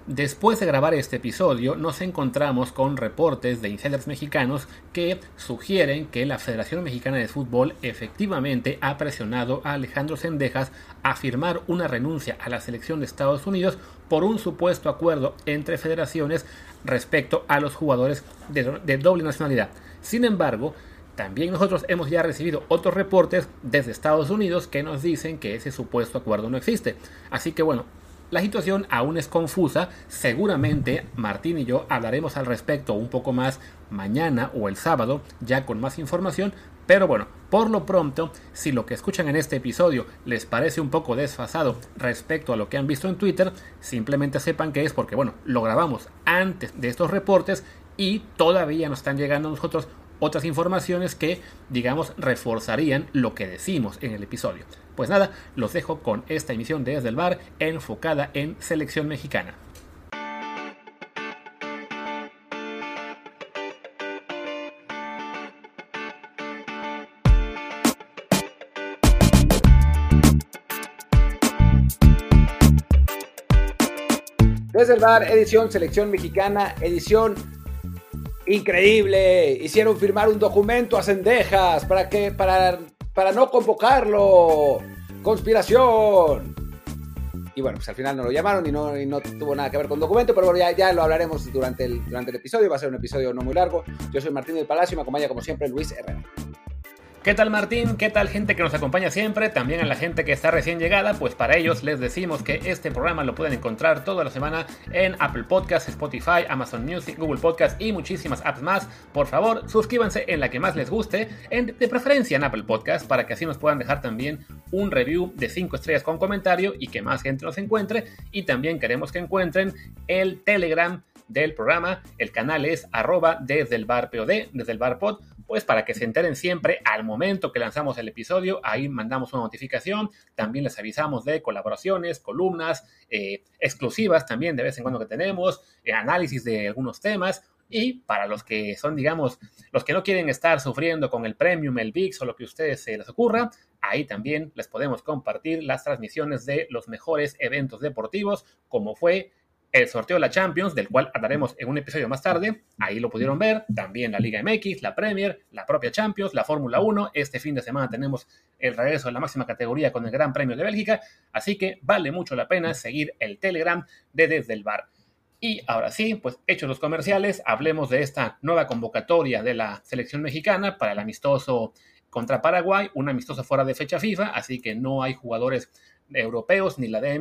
Después de grabar este episodio, nos encontramos con reportes de insiders mexicanos que sugieren que la Federación Mexicana de Fútbol efectivamente ha presionado a Alejandro Zendejas a firmar una renuncia a la selección de Estados Unidos por un supuesto acuerdo entre federaciones respecto a los jugadores de doble nacionalidad. Sin embargo, también nosotros hemos ya recibido otros reportes desde Estados Unidos que nos dicen que ese supuesto acuerdo no existe. Así que bueno, la situación aún es confusa. Seguramente Martín y yo hablaremos al respecto un poco más mañana o el sábado, ya con más información. Pero bueno, por lo pronto, si lo que escuchan en este episodio les parece un poco desfasado respecto a lo que han visto en Twitter, simplemente sepan que es porque, bueno, lo grabamos antes de estos reportes y todavía nos están llegando a nosotros otras informaciones que, digamos, reforzarían lo que decimos en el episodio. Pues nada, los dejo con esta emisión de Desde el Bar enfocada en selección mexicana. Desde el Bar, edición selección mexicana, edición increíble. Hicieron firmar un documento a Zendejas para no convocarlo. Conspiración. Y bueno, pues al final no lo llamaron y no tuvo nada que ver con documento, pero bueno, ya lo hablaremos durante el episodio. Va a ser un episodio no muy largo. Yo soy Martín del Palacio y me acompaña como siempre Luis Herrera. ¿Qué tal, Martín? ¿Qué tal, gente que nos acompaña siempre? También a la gente que está recién llegada, pues para ellos les decimos que este programa lo pueden encontrar toda la semana en Apple Podcasts, Spotify, Amazon Music, Google Podcasts y muchísimas apps más. Por favor, suscríbanse en la que más les guste, de preferencia en Apple Podcasts, para que así nos puedan dejar también un review de 5 estrellas con comentario y que más gente nos encuentre. Y también queremos que encuentren el Telegram del programa. El canal es @desdelbarpod, desde el bar pod, pues para que se enteren siempre al momento que lanzamos el episodio. Ahí mandamos una notificación, también les avisamos de colaboraciones, columnas exclusivas también de vez en cuando que tenemos, análisis de algunos temas. Y para los que son, digamos, los que no quieren estar sufriendo con el Premium, el VIX o lo que a ustedes se les ocurra, ahí también les podemos compartir las transmisiones de los mejores eventos deportivos, como fue el sorteo de la Champions, del cual hablaremos en un episodio más tarde. Ahí lo pudieron ver. También la Liga MX, la Premier, la propia Champions, la Fórmula 1. Este fin de semana tenemos el regreso de la máxima categoría con el Gran Premio de Bélgica. Así que vale mucho la pena seguir el Telegram de Desde el Bar. Y ahora sí, pues hechos los comerciales, hablemos de esta nueva convocatoria de la selección mexicana para el amistoso contra Paraguay, un amistoso fuera de fecha FIFA, así que no hay jugadores europeos ni la de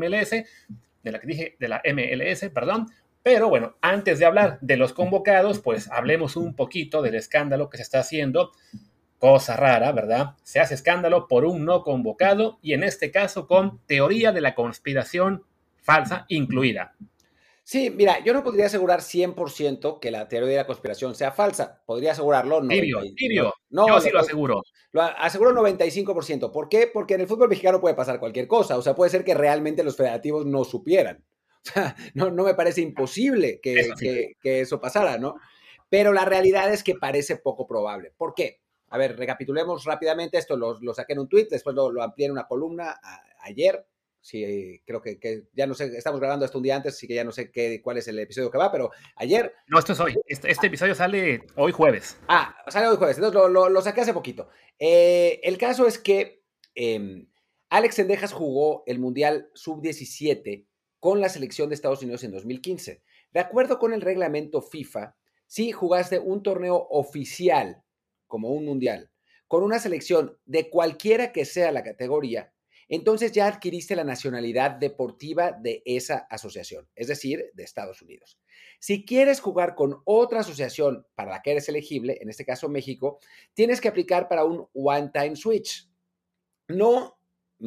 la MLS, perdón. Pero bueno, antes de hablar de los convocados, pues hablemos un poquito del escándalo que se está haciendo. Cosa rara, ¿verdad? Se hace escándalo por un no convocado y en este caso con teoría de la conspiración falsa incluida. Sí, mira, yo no podría asegurar 100% que la teoría de la conspiración sea falsa. Podría asegurarlo. Tibio. No, yo sí lo aseguro. Lo aseguro 95%. ¿Por qué? Porque en el fútbol mexicano puede pasar cualquier cosa. O sea, puede ser que realmente los federativos no supieran. O sea, no me parece imposible que eso pasara, ¿no? Pero la realidad es que parece poco probable. ¿Por qué? A ver, recapitulemos rápidamente esto. Lo saqué en un tweet, después lo amplié en una columna ayer. Sí, creo que ya no sé, estamos grabando esto un día antes, así que ya no sé cuál es el episodio que va, pero ayer... No, esto es hoy. Este episodio sale hoy jueves. Sale hoy jueves, entonces lo saqué hace poquito. El caso es que Alex Zendejas jugó el Mundial Sub-17 con la selección de Estados Unidos en 2015. De acuerdo con el reglamento FIFA, si jugaste un torneo oficial, como un Mundial, con una selección de cualquiera que sea la categoría, entonces ya adquiriste la nacionalidad deportiva de esa asociación, es decir, de Estados Unidos. Si quieres jugar con otra asociación para la que eres elegible, en este caso México, tienes que aplicar para un one-time switch. No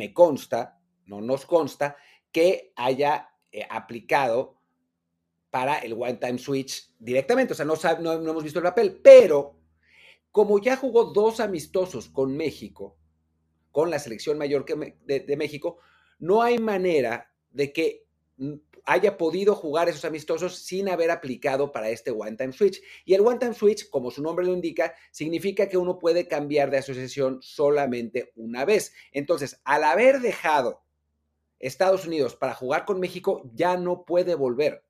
nos consta que haya aplicado para el one-time switch directamente, o sea, no hemos visto el papel, pero como ya jugó 2 amistosos con México, con la selección mayor de México, no hay manera de que haya podido jugar esos amistosos sin haber aplicado para este one-time switch. Y el one-time switch, como su nombre lo indica, significa que uno puede cambiar de asociación solamente una vez. Entonces, al haber dejado Estados Unidos para jugar con México, ya no puede volver.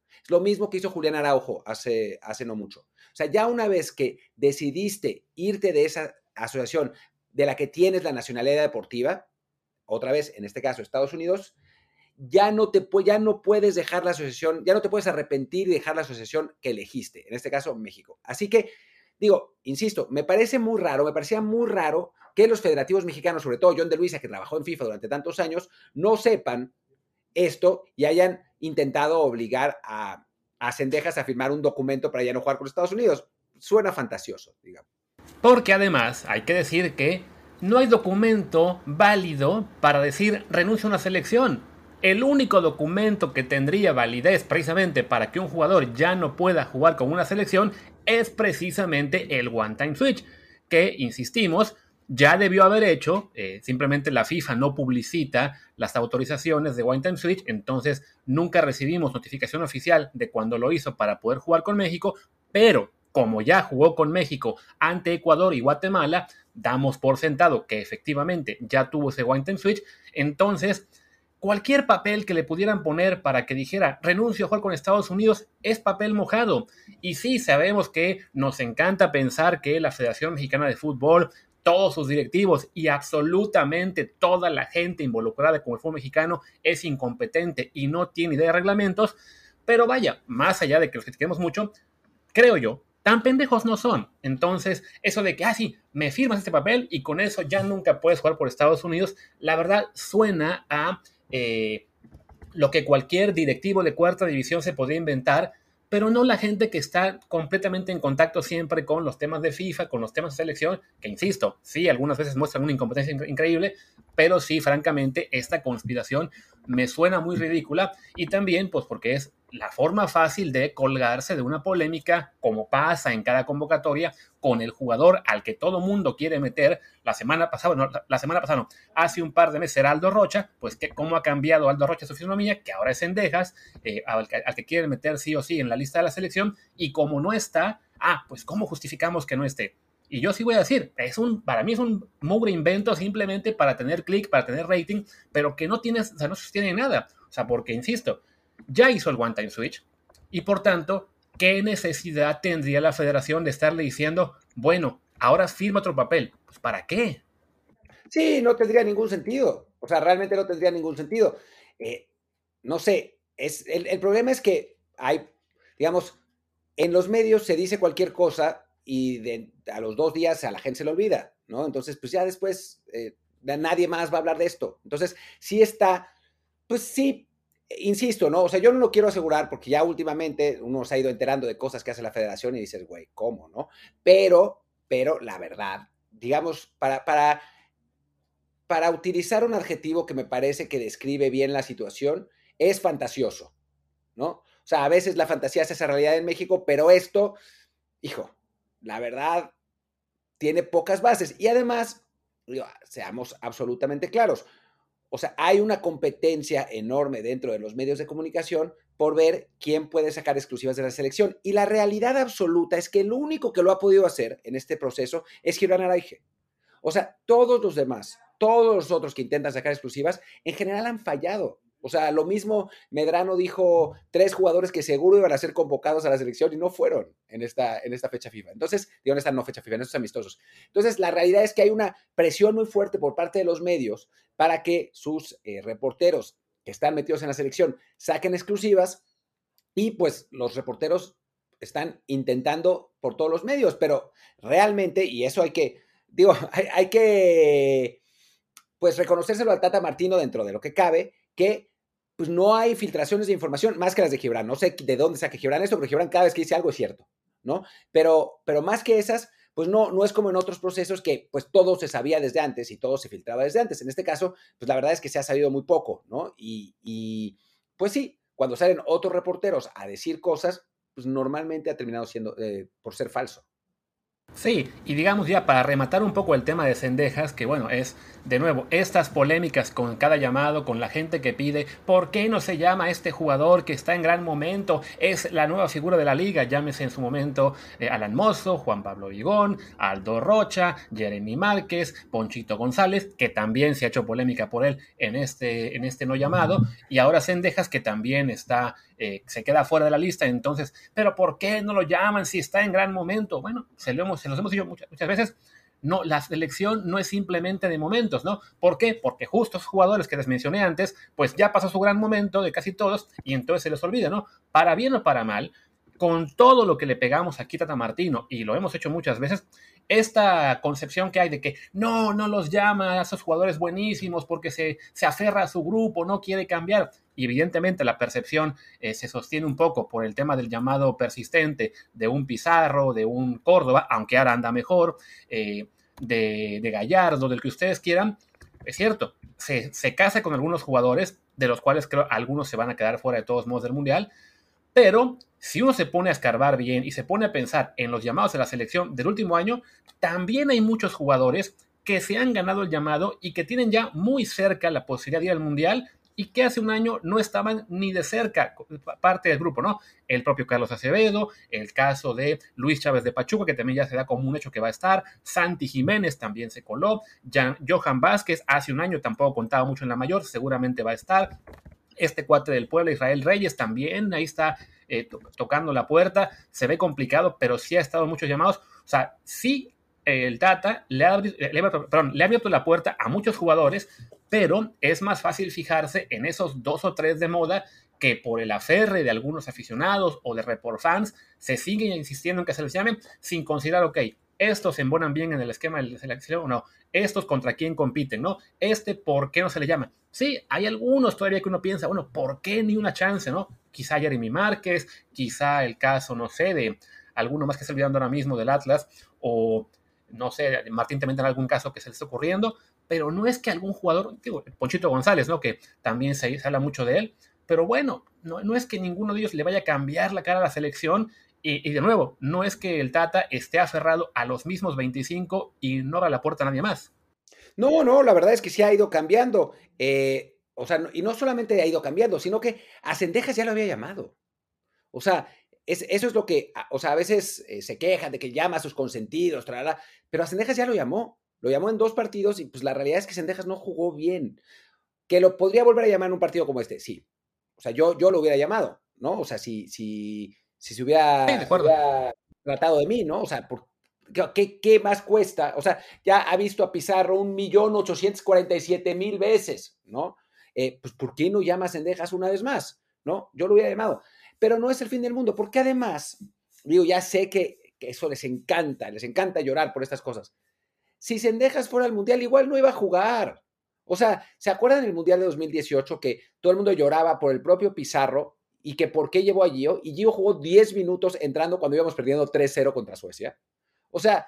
Es lo mismo que hizo Julián Araujo hace no mucho. O sea, ya una vez que decidiste irte de esa asociación de la que tienes la nacionalidad deportiva, otra vez, en este caso, Estados Unidos, ya no puedes dejar la asociación, ya no te puedes arrepentir y dejar la asociación que elegiste, en este caso, México. Así que, digo, insisto, me parecía muy raro que los federativos mexicanos, sobre todo John de Luisa, que trabajó en FIFA durante tantos años, no sepan esto y hayan intentado obligar a Cendejas a firmar un documento para ya no jugar con Estados Unidos. Suena fantasioso, digamos. Porque además hay que decir que no hay documento válido para decir renuncio a una selección. El único documento que tendría validez precisamente para que un jugador ya no pueda jugar con una selección es precisamente el One Time Switch, que, insistimos, ya debió haber hecho, simplemente la FIFA no publicita las autorizaciones de One Time Switch, entonces nunca recibimos notificación oficial de cuando lo hizo para poder jugar con México, pero como ya jugó con México ante Ecuador y Guatemala, damos por sentado que efectivamente ya tuvo ese One Time Switch, entonces cualquier papel que le pudieran poner para que dijera renuncio a jugar con Estados Unidos es papel mojado. Y sí, sabemos que nos encanta pensar que la Federación Mexicana de Fútbol, todos sus directivos y absolutamente toda la gente involucrada con el fútbol mexicano es incompetente y no tiene idea de reglamentos, pero vaya, más allá de que los critiquemos mucho, creo yo, tan pendejos no son. Entonces, eso de que, sí, me firmas este papel y con eso ya nunca puedes jugar por Estados Unidos, la verdad suena a lo que cualquier directivo de cuarta división se podría inventar, pero no la gente que está completamente en contacto siempre con los temas de FIFA, con los temas de selección, que insisto, sí, algunas veces muestran una incompetencia increíble, pero sí, francamente, esta conspiración me suena muy ridícula y también, pues, porque es la forma fácil de colgarse de una polémica, como pasa en cada convocatoria, con el jugador al que todo mundo quiere meter. La semana pasada no, hace un par de meses era Aldo Rocha, pues que cómo ha cambiado Aldo Rocha su fisonomía, que ahora es Cendejas, al que quieren meter sí o sí en la lista de la selección, y como no está, pues cómo justificamos que no esté. Y yo sí voy a decir, para mí es un mugre invento simplemente para tener clic, para tener rating, pero que no tiene, o sea, no sostiene nada. O sea, porque, insisto, ya hizo el One Time Switch y por tanto, ¿qué necesidad tendría la federación de estarle diciendo, bueno, ahora firma otro papel? Pues ¿para qué? Sí, no tendría ningún sentido. O sea, realmente no tendría ningún sentido. No sé, el problema es que hay, digamos, en los medios se dice cualquier cosa y a los 2 días a la gente se le olvida, ¿no? Entonces, pues ya después nadie más va a hablar de esto. Entonces, sí está, pues sí, insisto, ¿no? O sea, yo no lo quiero asegurar porque ya últimamente uno se ha ido enterando de cosas que hace la federación y dices, güey, ¿cómo, no? Pero la verdad, digamos, para utilizar un adjetivo que me parece que describe bien la situación, es fantasioso, ¿no? O sea, a veces la fantasía se hace realidad en México, pero esto, hijo, la verdad, tiene pocas bases. Y además, seamos absolutamente claros, o sea, hay una competencia enorme dentro de los medios de comunicación por ver quién puede sacar exclusivas de la selección. Y la realidad absoluta es que el único que lo ha podido hacer en este proceso es Gibran Araige. O sea, todos los otros que intentan sacar exclusivas, en general han fallado. O sea, lo mismo Medrano dijo 3 jugadores que seguro iban a ser convocados a la selección y no fueron en esta fecha FIFA. Entonces, digo, en esta no fecha FIFA, en estos amistosos. Entonces, la realidad es que hay una presión muy fuerte por parte de los medios para que sus reporteros que están metidos en la selección saquen exclusivas y pues los reporteros están intentando por todos los medios, pero realmente, y eso hay que pues reconocérselo al Tata Martino dentro de lo que cabe, que pues no hay filtraciones de información más que las de Gibran. No sé de dónde saque Gibran esto, pero Gibran cada vez que dice algo es cierto, ¿no? Pero más que esas, pues no es como en otros procesos que pues todo se sabía desde antes y todo se filtraba desde antes. En este caso, pues la verdad es que se ha sabido muy poco, ¿no? Y pues sí, cuando salen otros reporteros a decir cosas, pues normalmente ha terminado siendo por ser falso. Sí, y digamos ya para rematar un poco el tema de Cendejas, que bueno, es de nuevo estas polémicas con cada llamado, con la gente que pide, ¿por qué no se llama a este jugador que está en gran momento? Es la nueva figura de la liga, llámese en su momento Alan Mozo, Juan Pablo Vigón, Aldo Rocha, Jeremy Márquez, Ponchito González, que también se ha hecho polémica por él en este no llamado, y ahora Cendejas que también está, se queda fuera de la lista, entonces, ¿pero por qué no lo llaman si está en gran momento? Bueno, se los hemos dicho muchas veces, no, la selección no es simplemente de momentos, ¿no? ¿Por qué? Porque justo esos jugadores que les mencioné antes, pues ya pasó su gran momento de casi todos y entonces se les olvida, ¿no? Para bien o para mal, con todo lo que le pegamos aquí a Tata Martino, y lo hemos hecho muchas veces, esta concepción que hay de que no los llama a esos jugadores buenísimos porque se aferra a su grupo, no quiere cambiar. Y evidentemente la percepción se sostiene un poco por el tema del llamado persistente de un Pizarro, de un Córdoba, aunque ahora anda mejor, de Gallardo, del que ustedes quieran. Es cierto, se casa con algunos jugadores, de los cuales creo algunos se van a quedar fuera de todos modos del Mundial, pero si uno se pone a escarbar bien y se pone a pensar en los llamados de la selección del último año, también hay muchos jugadores que se han ganado el llamado y que tienen ya muy cerca la posibilidad de ir al Mundial y que hace un año no estaban ni de cerca parte del grupo, ¿no? El propio Carlos Acevedo, el caso de Luis Chávez de Pachuca, que también ya se da como un hecho que va a estar, Santi Jiménez también se coló, Johan Vázquez hace un año tampoco contaba mucho en la mayor, seguramente va a estar, este cuate del Puebla, Israel Reyes, también ahí está tocando la puerta. Se ve complicado, pero sí ha estado en muchos llamados. O sea, sí, el Tata le ha abierto la puerta a muchos jugadores, pero es más fácil fijarse en esos 2 o 3 de moda que por el aferre de algunos aficionados o de report fans se siguen insistiendo en que se les llame sin considerar, ok, estos se embonan bien en el esquema de selección o no, estos contra quién compiten, ¿no? ¿Por qué no se le llama? Sí, hay algunos todavía que uno piensa, bueno, ¿por qué ni una chance, no? Quizá Jeremy Márquez, quizá el caso, no sé, de alguno más que se olvidando ahora mismo del Atlas, o no sé, Martín también tendrá algún caso que se le esté ocurriendo, pero no es que algún jugador, digo, Ponchito González, ¿no? Que también se habla mucho de él, pero bueno, no es que ninguno de ellos le vaya a cambiar la cara a la selección. Y de nuevo, no es que el Tata esté aferrado a los mismos 25 y no abra la puerta a nadie más. No, la verdad es que sí ha ido cambiando. O sea, y no solamente ha ido cambiando, sino que a Cendejas ya lo había llamado. O sea, eso es lo que, o sea, a veces se quejan de que llama a sus consentidos, tralala, pero a Cendejas ya lo llamó. Lo llamó en 2 partidos y pues la realidad es que Cendejas no jugó bien. Que lo podría volver a llamar en un partido como este, sí. O sea, yo lo hubiera llamado, ¿no? O sea, si se Sí, de hubiera acuerdo. tratado de mí, ¿no? O sea, ¿qué más cuesta? O sea, ya ha visto a Pizarro 1.847.000 veces, ¿no? Pues, ¿por qué no llama a Cendejas una vez más? ¿No? Yo lo hubiera llamado. Pero no es el fin del mundo, porque además, digo, ya sé que eso les encanta llorar por estas cosas. Si Cendejas fuera al Mundial, igual no iba a jugar. O sea, ¿se acuerdan del Mundial de 2018 que todo el mundo lloraba por el propio Pizarro y que por qué llevó a Gio? Y Gio jugó 10 minutos entrando cuando íbamos perdiendo 3-0 contra Suecia. O sea,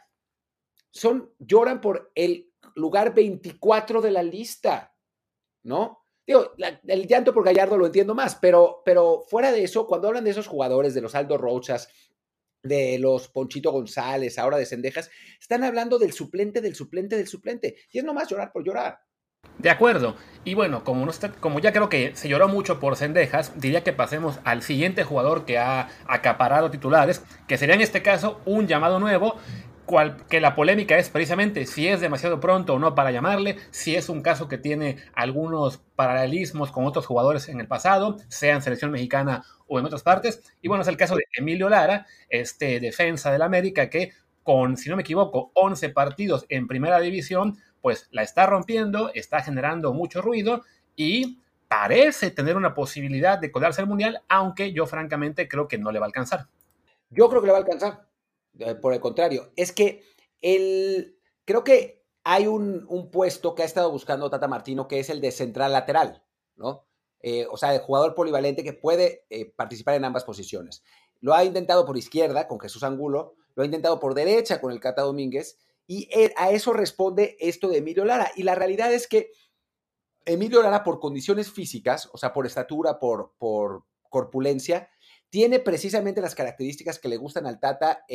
lloran por el lugar 24 de la lista, ¿no? Digo, el llanto por Gallardo lo entiendo más, pero fuera de eso, cuando hablan de esos jugadores, de los Aldo Rochas, de los Ponchito González, ahora de Cendejas, están hablando del suplente, del suplente, del suplente. Y es nomás llorar por llorar. De acuerdo. Y bueno, como ya creo que se lloró mucho por Cendejas, diría que pasemos al siguiente jugador que ha acaparado titulares, que sería en este caso un llamado nuevo, que la polémica es precisamente si es demasiado pronto o no para llamarle, si es un caso que tiene algunos paralelismos con otros jugadores en el pasado, sea en selección mexicana o en otras partes. Y bueno, es el caso de Emilio Lara, este defensa del América que con, si no me equivoco, 11 partidos en primera división, pues la está rompiendo, está generando mucho ruido y parece tener una posibilidad de colarse al Mundial, aunque yo francamente creo que no le va a alcanzar. Yo creo que le va a alcanzar. Por el contrario, es que creo que hay un puesto que ha estado buscando Tata Martino, que es el de central lateral, ¿no? O sea, de jugador polivalente que puede participar en ambas posiciones. Lo ha intentado por izquierda con Jesús Angulo, lo ha intentado por derecha con el Cata Domínguez, y a eso responde esto de Emilio Lara. Y la realidad es que Emilio Lara, por condiciones físicas, o sea, por estatura, por corpulencia, tiene precisamente las características que le gustan al Tata en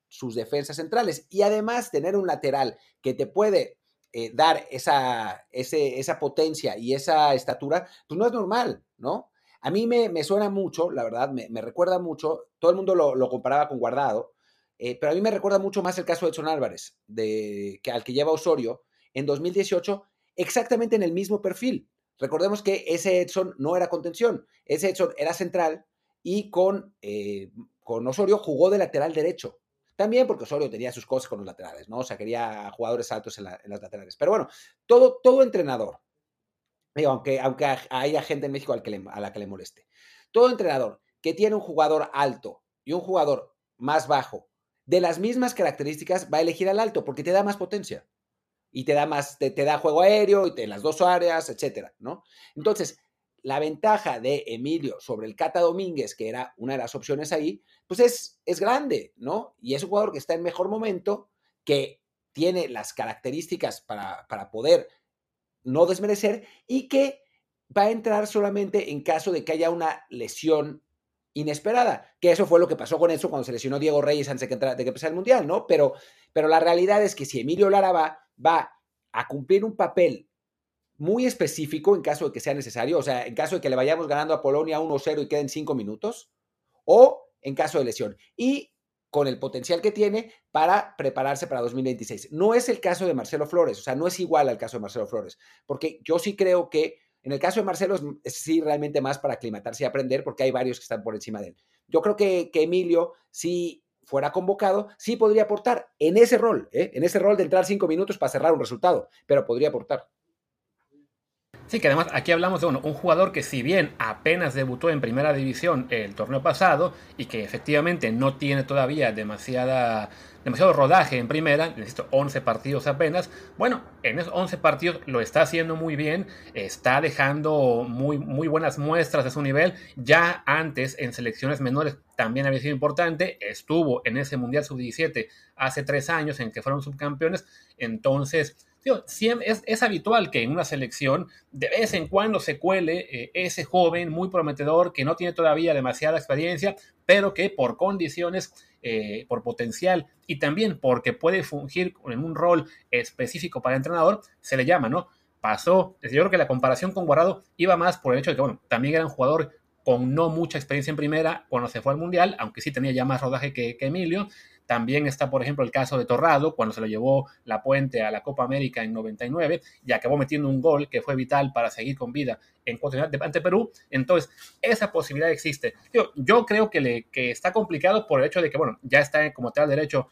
sus defensas centrales. Y además tener un lateral que te puede dar esa potencia y esa estatura, pues no es normal, ¿no? A mí me suena mucho, la verdad, me recuerda mucho, todo el mundo lo comparaba con Guardado, pero a mí me recuerda mucho más el caso de Edson Álvarez, al que lleva Osorio en 2018, exactamente en el mismo perfil. Recordemos que ese Edson no era contención, ese Edson era central y con Osorio jugó de lateral derecho. También porque Osorio tenía sus cosas con los laterales, ¿no? O sea, quería jugadores altos en las laterales. Pero bueno, todo entrenador, digo, aunque haya gente en México a la que le moleste, todo entrenador que tiene un jugador alto y un jugador más bajo de las mismas características va a elegir al alto porque te da más potencia y te da juego aéreo y en las dos áreas, etcétera, ¿no? Entonces, la ventaja de Emilio sobre el Cata Domínguez, que era una de las opciones ahí, pues es grande, ¿no? Y es un jugador que está en mejor momento, que tiene las características para poder no desmerecer y que va a entrar solamente en caso de que haya una lesión inesperada, que eso fue lo que pasó con eso cuando se lesionó Diego Reyes antes de que empezara el Mundial, ¿no? Pero la realidad es que si Emilio Lara va a cumplir un papel muy específico en caso de que sea necesario, o sea, en caso de que le vayamos ganando a Polonia 1-0 y queden 5 minutos, o en caso de lesión. Y con el potencial que tiene para prepararse para 2026. No es el caso de Marcelo Flores, o sea, no es igual al caso de Marcelo Flores, porque yo sí creo que en el caso de Marcelo es sí realmente más para aclimatarse y aprender, porque hay varios que están por encima de él. Yo creo que Emilio, si fuera convocado, sí podría aportar en ese rol de entrar 5 minutos para cerrar un resultado, pero podría aportar. Sí, que además aquí hablamos de un jugador que si bien apenas debutó en primera división el torneo pasado y que efectivamente no tiene todavía demasiado rodaje en primera, necesito 11 partidos apenas, bueno, en esos 11 partidos lo está haciendo muy bien, está dejando muy buenas muestras de su nivel, ya antes en selecciones menores también había sido importante, estuvo en ese Mundial Sub-17 hace 3 años en que fueron subcampeones, entonces es habitual que en una selección de vez en cuando se cuele ese joven muy prometedor que no tiene todavía demasiada experiencia, pero que por condiciones, por potencial y también porque puede fungir en un rol específico para el entrenador, se le llama, ¿no? Pasó, yo creo que la comparación con Guardado iba más por el hecho de que, bueno, también era un jugador con no mucha experiencia en primera cuando se fue al Mundial, aunque sí tenía ya más rodaje que Emilio. También está, por ejemplo, el caso de Torrado, cuando se lo llevó La Puente a la Copa América en 99 y acabó metiendo un gol que fue vital para seguir con vida en cuartos ante Perú. Entonces, esa posibilidad existe. Yo creo que está complicado por el hecho de que, bueno, ya está como tal derecho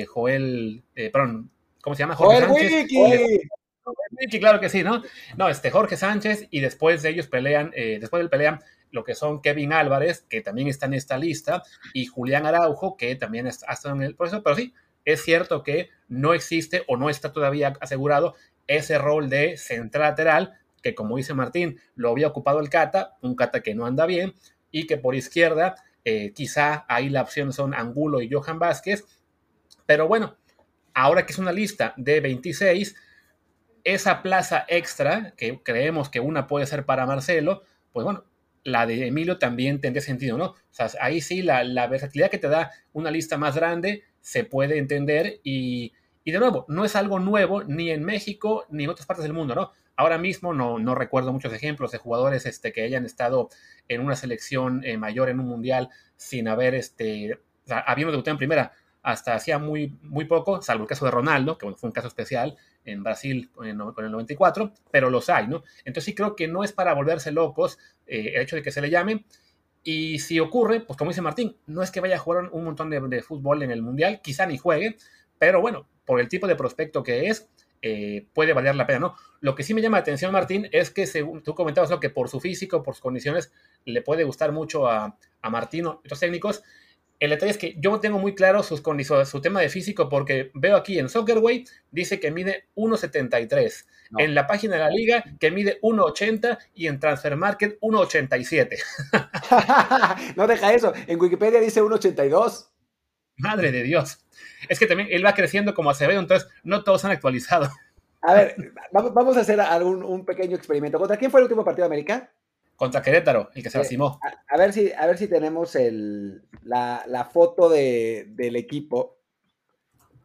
¿cómo se llama? Jorge Sánchez. Wiki, claro que sí, ¿no? No, Jorge Sánchez y después de ellos después del pelean lo que son Kevin Álvarez, que también está en esta lista, y Julián Araujo, que también ha estado en el proceso, pero sí, es cierto que no existe o no está todavía asegurado ese rol de central lateral, que como dice Martín, lo había ocupado el Cata, un Cata que no anda bien, y que por izquierda, quizá ahí la opción son Angulo y Johan Vázquez, pero bueno, ahora que es una lista de 26, esa plaza extra, que creemos que una puede ser para Marcelo, pues bueno, la de Emilio también tendría sentido, ¿no? O sea, ahí sí la versatilidad que te da una lista más grande se puede entender y de nuevo, no es algo nuevo ni en México ni en otras partes del mundo, ¿no? Ahora mismo no recuerdo muchos ejemplos de jugadores que hayan estado en una selección mayor en un mundial sin haber, o sea, habiendo debutado en primera hasta hacía muy poco, salvo el caso de Ronaldo, que bueno, fue un caso especial en Brasil con el 94, pero los hay, ¿no? Entonces sí creo que no es para volverse locos el hecho de que se le llame, y si ocurre, pues como dice Martín, no es que vaya a jugar un montón de fútbol en el Mundial, quizá ni juegue, pero bueno, por el tipo de prospecto que es, puede valer la pena, ¿no? Lo que sí me llama la atención, Martín, es que según tú comentabas, ¿no?, que por su físico, por sus condiciones, le puede gustar mucho a Martino y otros técnicos. El detalle es que yo no tengo muy claro sus condiciones, su tema de físico, porque veo aquí en Soccerway, dice que mide 1,73. No. En la página de la liga, que mide 1,80 y en Transfer Market 1,87. No deja eso. En Wikipedia dice 1,82. Madre de Dios. Es que también él va creciendo como Acevedo, entonces no todos han actualizado. A ver, vamos a hacer un pequeño experimento. ¿Contra quién fue el último partido de América? Contra Querétaro, el que se lastimó. A ver si tenemos la foto del equipo.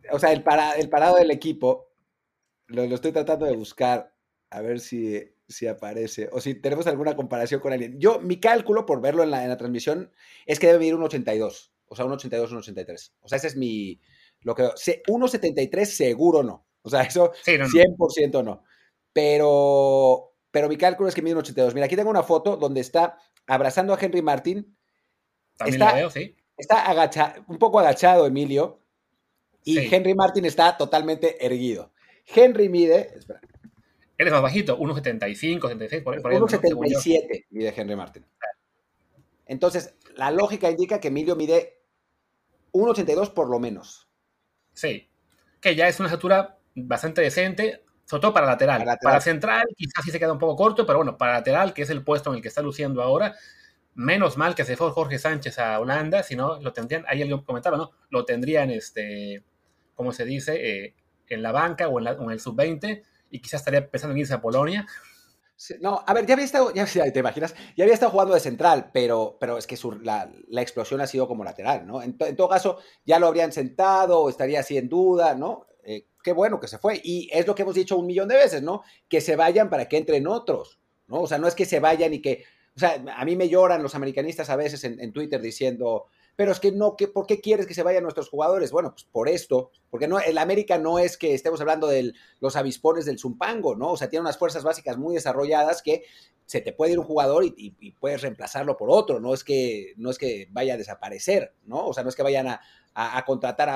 o sea, el parado del equipo, lo estoy tratando de buscar, a ver si aparece, o si tenemos alguna comparación con alguien. Mi cálculo, por verlo en la transmisión, es que debe medir un 82, o sea, un 82, un 83. O sea, ese es lo que, 1,73 seguro no, o sea, eso Sí, no, no. 100% no, pero mi cálculo es que mide un 82. Mira, aquí tengo una foto donde está abrazando a Henry Martin, También la está, veo, sí. está un poco agachado Emilio, y Sí. Henry Martin está totalmente erguido. Henry mide, espera, Él es más bajito, 1,75, 76, por ahí anda, ¿no? Según yo. 1,77 mide Henry Martin. Entonces, la lógica indica que Emilio mide 1,82 por lo menos. Sí. Que ya es una estatura bastante decente, sobre todo para Para lateral. Para lateral. central quizás sí se queda un poco corto, pero bueno, para lateral, que es el puesto en el que está luciendo ahora, menos mal que se fue Jorge Sánchez a Holanda, si no, lo tendrían, ahí alguien comentaba, ¿no? Lo tendrían, ¿cómo se dice? En la banca o en el sub-20, y quizás estaría pensando en irse a Polonia. Sí, no, a ver, ya había estado, ya te imaginas, ya había estado jugando de central, pero es que la explosión ha sido como lateral, ¿no? En todo caso, ya lo habrían sentado o estaría así en duda, ¿no? Qué bueno que se fue. Y es lo que hemos dicho 1 millón de veces, ¿no? Que se vayan para que entren otros, ¿no? O sea, no es que se vayan y que, o sea, a mí me lloran los americanistas a veces en Twitter diciendo, pero es que no, ¿por qué quieres que se vayan nuestros jugadores? Bueno, pues por esto, porque no, el América no es que estemos hablando de los avispones del Zumpango, ¿no? O sea, tiene unas fuerzas básicas muy desarrolladas que se te puede ir un jugador y puedes reemplazarlo por otro, no es que vaya a desaparecer, ¿no? O sea, no es que vayan a contratar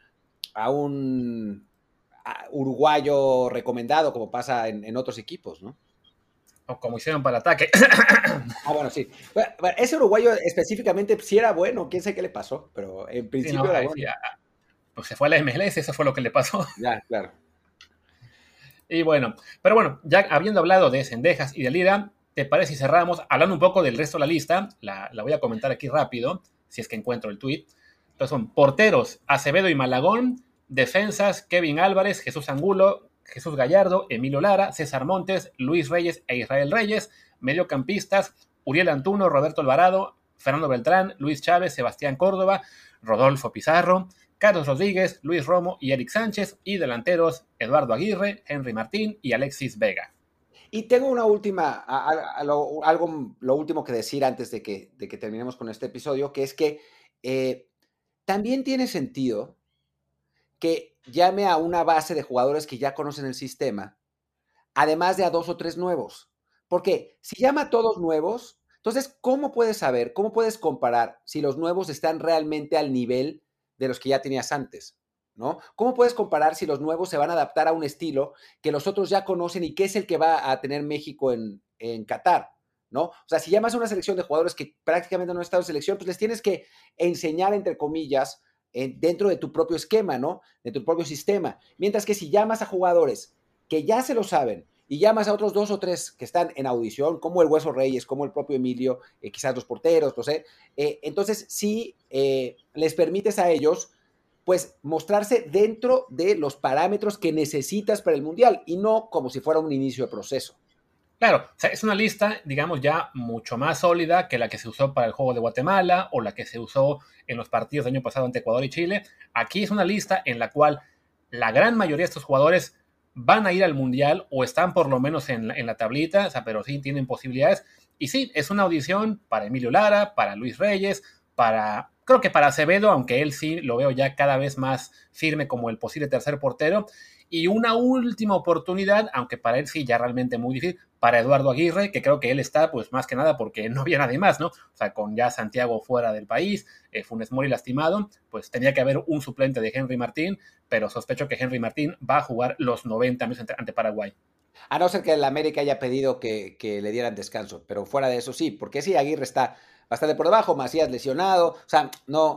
a un uruguayo recomendado como pasa en otros equipos, ¿no? O como hicieron para el ataque. Ah, bueno, sí. Bueno, ese uruguayo específicamente sí era bueno, quién sabe qué le pasó, pero en Sí, no, principio era ahí sí, bueno. pues se fue a la MLS, eso fue lo que le pasó. Ya, claro. Y bueno, pero bueno, ya habiendo hablado de Cendejas y de Lira, ¿te parece si cerramos hablando un poco del resto de la lista? La voy a comentar aquí rápido, si es que encuentro el tweet. Entonces son porteros, Acevedo y Malagón, defensas, Kevin Álvarez, Jesús Angulo, Jesús Gallardo, Emilio Lara, César Montes, Luis Reyes e Israel Reyes, mediocampistas, Uriel Antuno, Roberto Alvarado, Fernando Beltrán, Luis Chávez, Sebastián Córdoba, Rodolfo Pizarro, Carlos Rodríguez, Luis Romo y Eric Sánchez, y delanteros Eduardo Aguirre, Henry Martín y Alexis Vega. Y tengo una última, lo último que decir antes de que terminemos con este episodio, que es que también tiene sentido que llame a una base de jugadores que ya conocen el sistema, además de a 2 o 3 nuevos. Porque si llama a todos nuevos, entonces, ¿cómo puedes saber, cómo puedes comparar si los nuevos están realmente al nivel de los que ya tenías antes? ¿No? ¿Cómo puedes comparar si los nuevos se van a adaptar a un estilo que los otros ya conocen y que es el que va a tener México en Qatar? ¿No? O sea, si llamas a una selección de jugadores que prácticamente no han estado en selección, pues les tienes que enseñar, entre comillas, dentro de tu propio esquema, ¿no? De tu propio sistema. Mientras que si llamas a jugadores que ya se lo saben y llamas a otros 2 o 3 que están en audición, como el Hueso Reyes, como el propio Emilio, quizás los porteros, no sé, entonces sí les permites a ellos pues mostrarse dentro de los parámetros que necesitas para el Mundial y no como si fuera un inicio de proceso. Claro, o sea, es una lista, digamos, ya mucho más sólida que la que se usó para el juego de Guatemala o la que se usó en los partidos del año pasado ante Ecuador y Chile. Aquí es una lista en la cual la gran mayoría de estos jugadores van a ir al Mundial o están por lo menos en la tablita, o sea, pero sí tienen posibilidades. Y sí, es una audición para Emilio Lara, para Luis Reyes, creo que para Acevedo, aunque él sí lo veo ya cada vez más firme como el posible tercer portero. Y una última oportunidad, aunque para él sí ya realmente muy difícil, para Eduardo Aguirre, que creo que él está pues más que nada porque no había nadie más, ¿no? O sea, con ya Santiago fuera del país, Funes Mori lastimado, pues tenía que haber un suplente de Henry Martín, pero sospecho que Henry Martín va a jugar los 90 minutos ante Paraguay. A no ser que el América haya pedido que le dieran descanso, pero fuera de eso sí, porque sí, Aguirre está bastante por debajo, Macías lesionado, o sea,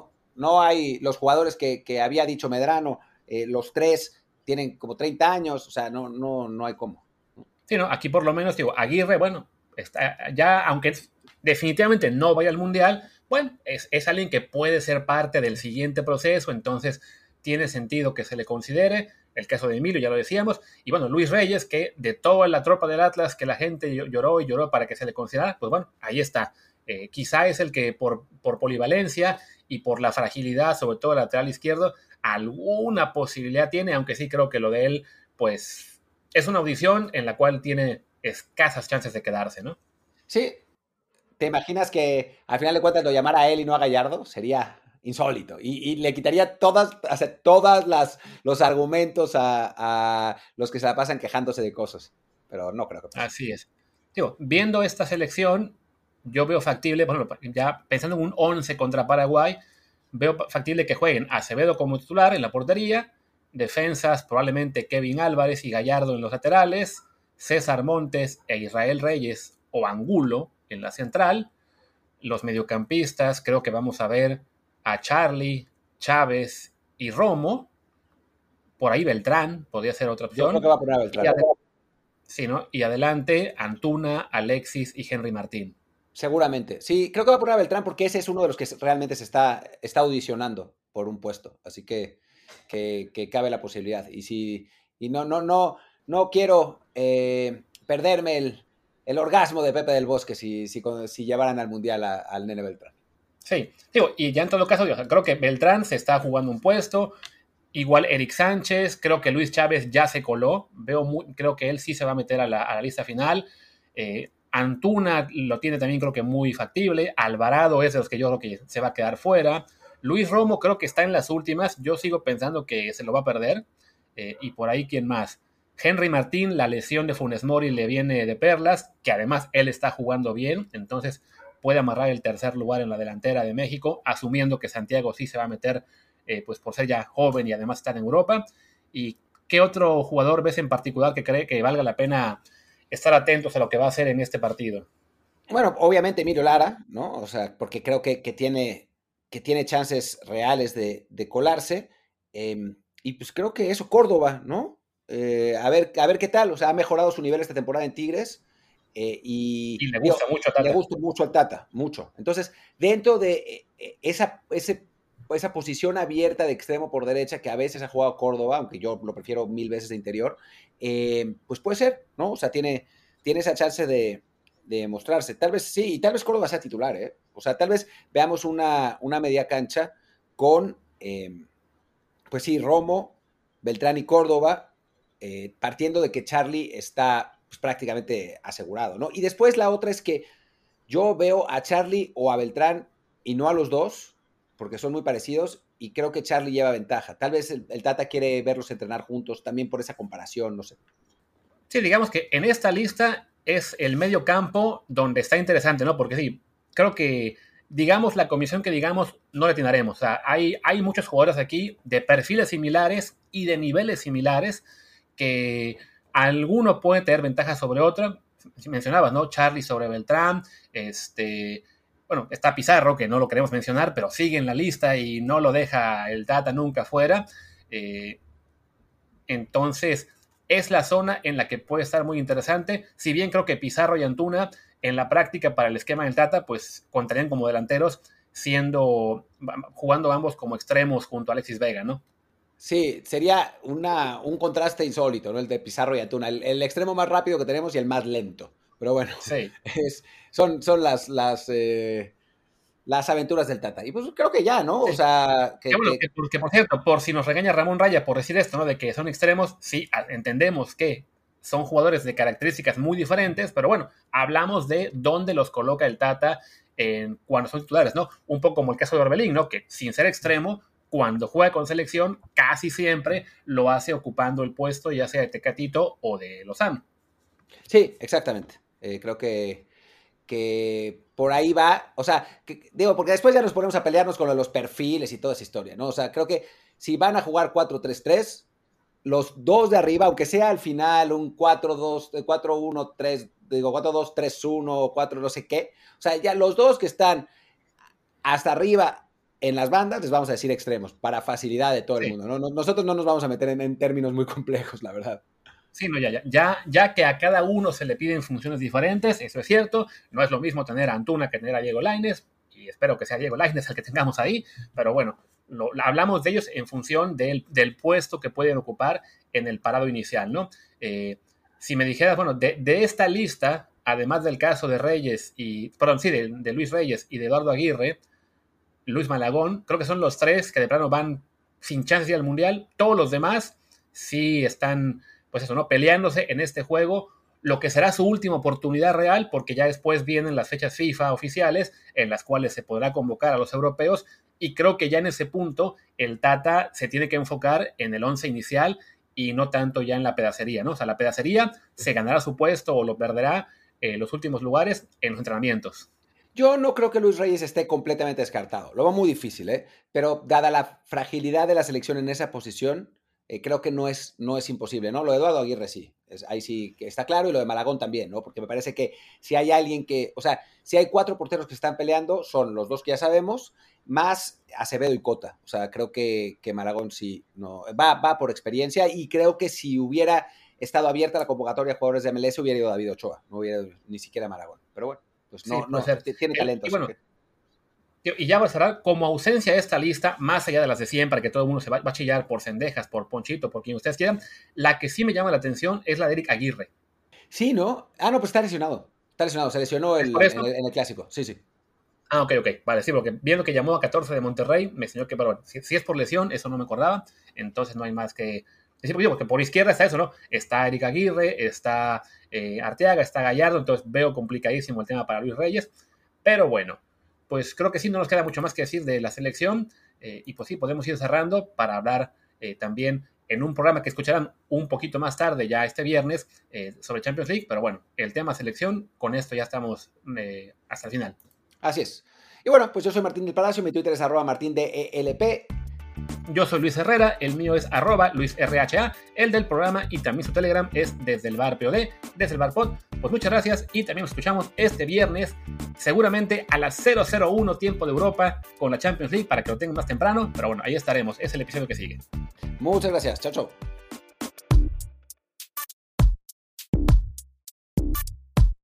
no hay los jugadores que había dicho Medrano, los 3 tienen como 30 años, o sea, no hay cómo. Sí, no, aquí por lo menos digo, Aguirre, bueno, está ya, aunque definitivamente no vaya al Mundial, bueno, es alguien que puede ser parte del siguiente proceso, entonces tiene sentido que se le considere. El caso de Emilio, ya lo decíamos, y bueno, Luis Reyes, que de toda la tropa del Atlas, que la gente lloró y lloró para que se le considerara, pues bueno, ahí está. Quizá es el que por polivalencia y por la fragilidad, sobre todo el lateral izquierdo, alguna posibilidad tiene, aunque sí creo que lo de él, pues, es una audición en la cual tiene escasas chances de quedarse, ¿no? Sí, ¿te imaginas que al final de cuentas lo llamara a él y no a Gallardo? Sería insólito. Y le quitaría todas, o sea, los argumentos a los que se la pasan quejándose de cosas. Pero no creo que pase. Así es. Digo, viendo esta selección, yo veo factible, bueno, ya pensando en un 11 contra Paraguay, veo factible que jueguen Acevedo como titular en la portería, defensas probablemente Kevin Álvarez y Gallardo en los laterales, César Montes e Israel Reyes o Angulo en la central, los mediocampistas creo que vamos a ver a Charlie, Chávez y Romo, por ahí Beltrán podría ser otra Yo creo opción, que va a poner a y, Beltrán. sí, ¿no? Y adelante Antuna, Alexis y Henry Martín. Seguramente. Sí, creo que va a poner a Beltrán porque ese es uno de los que realmente está audicionando por un puesto. Así que cabe la posibilidad. Y no quiero perderme el orgasmo de Pepe del Bosque si llevaran al Mundial al Nene Beltrán. Sí, digo, y ya en todo caso, yo creo que Beltrán se está jugando un puesto, igual Eric Sánchez, creo que Luis Chávez ya se coló, creo que él sí se va a meter a la lista final. Antuna lo tiene también creo que muy factible, Alvarado es de los que yo creo que se va a quedar fuera, Luis Romo creo que está en las últimas, yo sigo pensando que se lo va a perder, y por ahí quién más. Henry Martín, la lesión de Funes Mori le viene de perlas, que además él está jugando bien, entonces puede amarrar el tercer lugar en la delantera de México, asumiendo que Santiago sí se va a meter, pues por ser ya joven y además estar en Europa. ¿Y qué otro jugador ves en particular que cree que valga la pena estar atentos a lo que va a hacer en este partido? Bueno, obviamente Emilio Lara, ¿no? O sea, porque creo que tiene chances reales de colarse. Y pues creo que eso, Córdoba, ¿no? A ver qué tal. O sea, ha mejorado su nivel esta temporada en Tigres. Y Y le digo, gusta mucho a le Tata. gusta mucho al Tata, mucho. Entonces, dentro de esa posición abierta de extremo por derecha que a veces ha jugado Córdoba, aunque yo lo prefiero mil veces de interior, pues puede ser, ¿no? O sea, tiene esa chance de mostrarse. Tal vez sí, y tal vez Córdoba sea titular, ¿eh? O sea, tal vez veamos una media cancha con, pues sí, Romo, Beltrán y Córdoba, partiendo de que Charlie está pues, prácticamente asegurado, ¿no? Y después la otra es que yo veo a Charlie o a Beltrán y no a los dos, porque son muy parecidos, y creo que Charlie lleva ventaja. Tal vez el Tata quiere verlos entrenar juntos, también por esa comparación, no sé. Sí, digamos que en esta lista es el medio campo donde está interesante, ¿no? Porque sí, creo que, digamos, la comisión que digamos, no le atinaremos. O sea, hay muchos jugadores aquí de perfiles similares y de niveles similares que alguno puede tener ventaja sobre otro. Mencionabas, ¿no? Charlie sobre Beltrán, bueno, está Pizarro, que no lo queremos mencionar, pero sigue en la lista y no lo deja el Tata nunca fuera. Entonces, es la zona en la que puede estar muy interesante. Si bien creo que Pizarro y Antuna, en la práctica para el esquema del Tata, pues contarían como delanteros, jugando ambos como extremos junto a Alexis Vega, ¿no? Sí, sería un contraste insólito, ¿no? El de Pizarro y Antuna. El extremo más rápido que tenemos y el más lento. Pero bueno, Sí. son las aventuras del Tata. Y pues creo que ya, ¿no? O Sí. sea, Que bueno, que por cierto, por si nos regaña Ramón Raya por decir esto, ¿no? De que son extremos, sí, entendemos que son jugadores de características muy diferentes, pero bueno, hablamos de dónde los coloca el Tata cuando son titulares, ¿no? Un poco como el caso de Orbelín, ¿no? Que sin ser extremo, cuando juega con selección, casi siempre lo hace ocupando el puesto, ya sea de Tecatito o de Lozano. sí, exactamente. Creo que por ahí va, o sea, digo, porque después ya nos ponemos a pelearnos con los perfiles y toda esa historia, ¿no? O sea, creo que si van a jugar 4-3-3, los dos de arriba, aunque sea al final un 4-2, 4-1-3, digo 4-2-3-1, 4 no sé qué, o sea, ya los dos que están hasta arriba en las bandas, les vamos a decir extremos, para facilidad de todo el Sí. mundo, ¿no? Nosotros no nos vamos a meter en términos muy complejos, la verdad. Sí, no, ya que a cada uno se le piden funciones diferentes, eso es cierto, no es lo mismo tener a Antuna que tener a Diego Lainez, y espero que sea Diego Lainez el que tengamos ahí, pero bueno, hablamos de ellos en función del puesto que pueden ocupar en el parado inicial, ¿no? Si me dijeras, bueno, de esta lista, además del caso de Reyes y, perdón, sí, de Luis Reyes y de Eduardo Aguirre, Luis Malagón. Creo que son los tres que de plano van sin chance de ir al Mundial. Todos los demás sí están, pues eso, ¿no? Peleándose en este juego, lo que será su última oportunidad real, porque ya después vienen las fechas FIFA oficiales en las cuales se podrá convocar a los europeos, y creo que ya en ese punto el Tata se tiene que enfocar en el 11 inicial y no tanto ya en la pedacería, ¿no? O sea, la pedacería se ganará su puesto o lo perderá en los últimos lugares en los entrenamientos. Yo no creo que Luis Reyes esté completamente descartado. Lo veo muy difícil, ¿eh? Pero dada la fragilidad de la selección en esa posición, creo que no es imposible, ¿no? Lo de Eduardo Aguirre sí, ahí sí que está claro, y lo de Malagón también, ¿no? Porque me parece que si hay alguien que, o sea, si hay 4 porteros que están peleando, son los 2 que ya sabemos, más Acevedo y Cota. O sea, creo que Malagón sí, no, va por experiencia, y creo que si hubiera estado abierta la convocatoria de jugadores de MLS, hubiera ido David Ochoa, no hubiera ido ni siquiera Malagón. Pero bueno, pues no, sí, tiene talento. Y bueno, y ya va a cerrar como ausencia de esta lista, más allá de las de siempre, que todo el mundo se va a chillar por Cendejas, por Ponchito, por quien ustedes quieran. La que sí me llama la atención es la de Eric Aguirre. Sí, ¿no? No, pues está lesionado. Se lesionó en el Clásico. Sí. Ok. Vale, sí, porque viendo que llamó a 14 de Monterrey, me enseñó que, pero si es por lesión, eso no me acordaba. Entonces no hay más que decir, porque por izquierda está eso, ¿no? Está Eric Aguirre, está Arteaga, está Gallardo, entonces veo complicadísimo el tema para Luis Reyes. Pero bueno, pues creo que sí, no nos queda mucho más que decir de la selección, y pues sí, podemos ir cerrando para hablar también en un programa que escucharán un poquito más tarde, ya este viernes, sobre Champions League, pero bueno, el tema selección, con esto ya estamos hasta el final. Así es. Y bueno, pues yo soy Martín del Palacio, mi Twitter es @martindelp. Yo soy Luis Herrera, el mío es @LuisRHA, el del programa, y también su Telegram es desde el bar POD, desde el bar pod. Pues muchas gracias, y también nos escuchamos este viernes, seguramente a las 0:01 tiempo de Europa, con la Champions League, para que lo tengan más temprano, pero bueno, ahí estaremos, es el episodio que sigue. Muchas gracias, chao.